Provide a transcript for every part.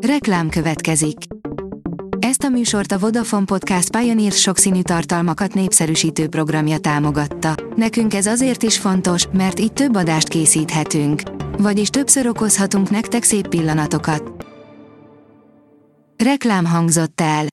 Reklám következik. Ezt a műsort a Vodafone Podcast Pioneer sokszínű tartalmakat népszerűsítő programja támogatta. Nekünk ez azért is fontos, mert így több adást készíthetünk. Vagyis többször okozhatunk nektek szép pillanatokat. Reklám hangzott el.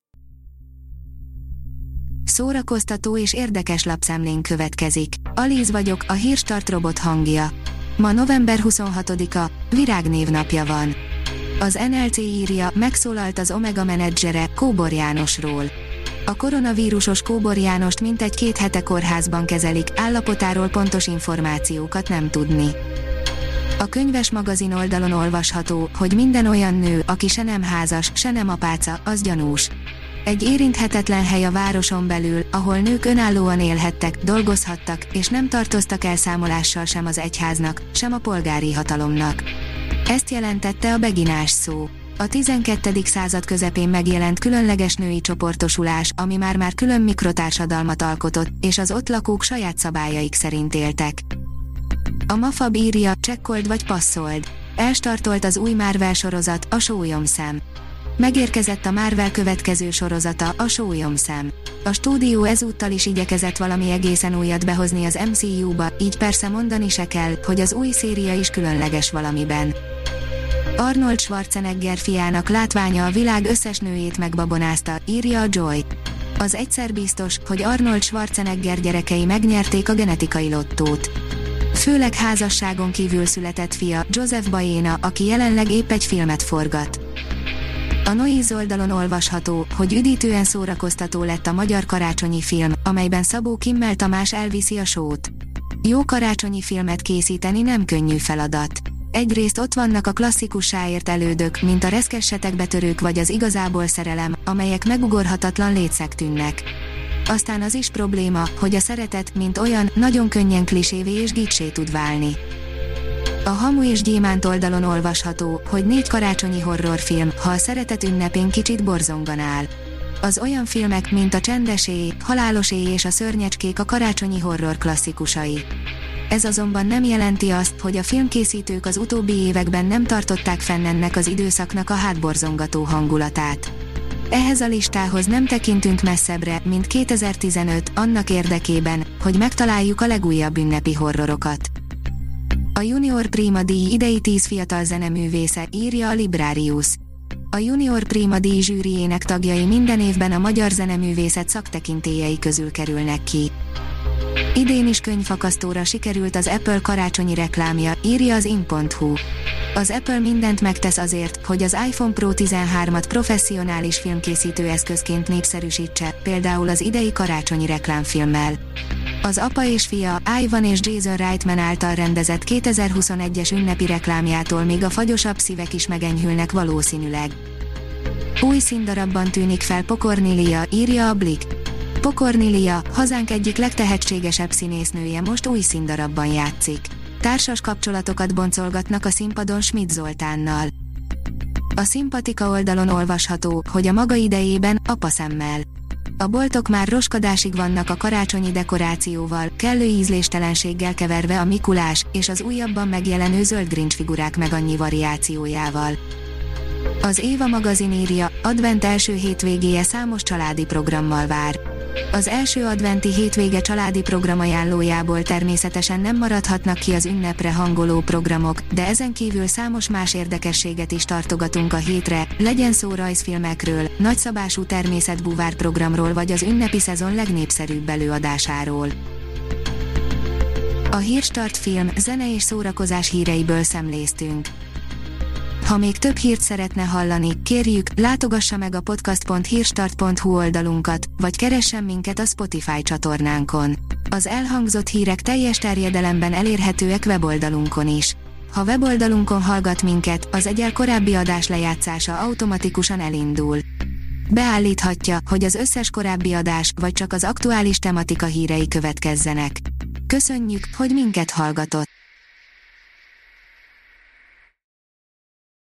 Szórakoztató és érdekes lapszemlén következik. Alíz vagyok, a Hírstart robot hangja. Ma november 26-a, Virág névnapja van. Az NLC írja, megszólalt az Omega menedzsere, Kóbor Jánosról. A koronavírusos Kóbor Jánost mintegy 2 hete kórházban kezelik, állapotáról pontos információkat nem tudni. A Könyves magazin oldalon olvasható, hogy minden olyan nő, aki se nem házas, se nem apáca, az gyanús. Egy érinthetetlen hely a városon belül, ahol nők önállóan élhettek, dolgozhattak, és nem tartoztak elszámolással sem az egyháznak, sem a polgári hatalomnak. Ezt jelentette a beginás szó. A 12. század közepén megjelent különleges női csoportosulás, ami már külön mikrotársadalmat alkotott, és az ott lakók saját szabályaik szerint éltek. A Mafab írja, csekkold vagy passzold. Elstartolt az új Marvel sorozat, a Sólyomszem. Megérkezett a Marvel következő sorozata, a Sólyomszem. A stúdió ezúttal is igyekezett valami egészen újat behozni az MCU-ba, így persze mondani se kell, hogy az új széria is különleges valamiben. Arnold Schwarzenegger fiának látványa a világ összes nőjét megbabonázta, írja a Joy. Az egyszer biztos, hogy Arnold Schwarzenegger gyerekei megnyerték a genetikai lottót. Főleg házasságon kívül született fia, Joseph Baena, aki jelenleg épp egy filmet forgat. A Noise oldalon olvasható, hogy üdítően szórakoztató lett a magyar karácsonyi film, amelyben Szabó Kimmel Tamás elviszi a sót. Jó karácsonyi filmet készíteni nem könnyű feladat. Egyrészt ott vannak a klasszikussá ért elődök, mint a Reszkessetek betörők vagy az Igazából szerelem, amelyek megugorhatatlan létsznek tűnnek. Aztán az is probléma, hogy a szeretet, mint olyan, nagyon könnyen klisévé és gicsé tud válni. A Hamu és Gyémánt oldalon olvasható, hogy 4 karácsonyi horrorfilm, ha a szeretet ünnepén kicsit borzongan áll. Az olyan filmek, mint a Csendes éj, Halálos éj és a Szörnyecskék a karácsonyi horror klasszikusai. Ez azonban nem jelenti azt, hogy a filmkészítők az utóbbi években nem tartották fenn ennek az időszaknak a hátborzongató hangulatát. Ehhez a listához nem tekintünk messzebbre, mint 2015, annak érdekében, hogy megtaláljuk a legújabb ünnepi horrorokat. A Junior Prima díj idei 10 fiatal zeneművésze, írja a Librarius. A Junior Prima díj zsűriének tagjai minden évben a magyar zeneművészet szaktekintélyei közül kerülnek ki. Idén is könyvfakasztóra sikerült az Apple karácsonyi reklámja, írja az in.hu. Az Apple mindent megtesz azért, hogy az iPhone Pro 13-at professzionális filmkészítő eszközként népszerűsítse, például az idei karácsonyi reklámfilmmel. Az apa és fia, Ivan és Jason Reitman által rendezett 2021-es ünnepi reklámjától még a fagyosabb szívek is megenyhülnek valószínűleg. Új színdarabban tűnik fel Pokornilia, írja a Blick. Pokornilia, hazánk egyik legtehetségesebb színésznője most új színdarabban játszik. Társas kapcsolatokat boncolgatnak a színpadon Schmidt Zoltánnal. A Szimpatika oldalon olvasható, hogy a maga idejében, apaszemmel. A boltok már roskadásig vannak a karácsonyi dekorációval, kellő ízléstelenséggel keverve a Mikulás és az újabban megjelenő zöld Grinch figurák meg annyi variációjával. Az Éva magazin írja, advent első hétvégéje számos családi programmal vár. Az első adventi hétvége családi programajánlójából természetesen nem maradhatnak ki az ünnepre hangoló programok, de ezen kívül számos más érdekességet is tartogatunk a hétre, legyen szó rajzfilmekről, nagyszabású természetbúvár programról vagy az ünnepi szezon legnépszerűbb előadásáról. A Hírstart film, zene és szórakozás híreiből szemléztünk. Ha még több hírt szeretne hallani, kérjük, látogassa meg a podcast.hírstart.hu oldalunkat, vagy keressen minket a Spotify csatornánkon. Az elhangzott hírek teljes terjedelemben elérhetőek weboldalunkon is. Ha weboldalunkon hallgat minket, az egyel korábbi adás lejátszása automatikusan elindul. Beállíthatja, hogy az összes korábbi adás, vagy csak az aktuális tematika hírei következzenek. Köszönjük, hogy minket hallgatott!